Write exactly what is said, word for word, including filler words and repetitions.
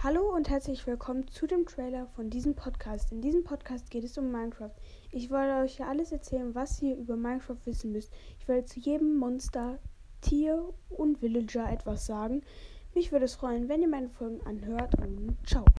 Hallo und herzlich willkommen zu dem Trailer von diesem Podcast. In diesem Podcast geht es um Minecraft. Ich wollte euch ja alles erzählen, was ihr über Minecraft wissen müsst. Ich werde zu jedem Monster, Tier und Villager etwas sagen. Mich würde es freuen, wenn ihr meine Folgen anhört und ciao.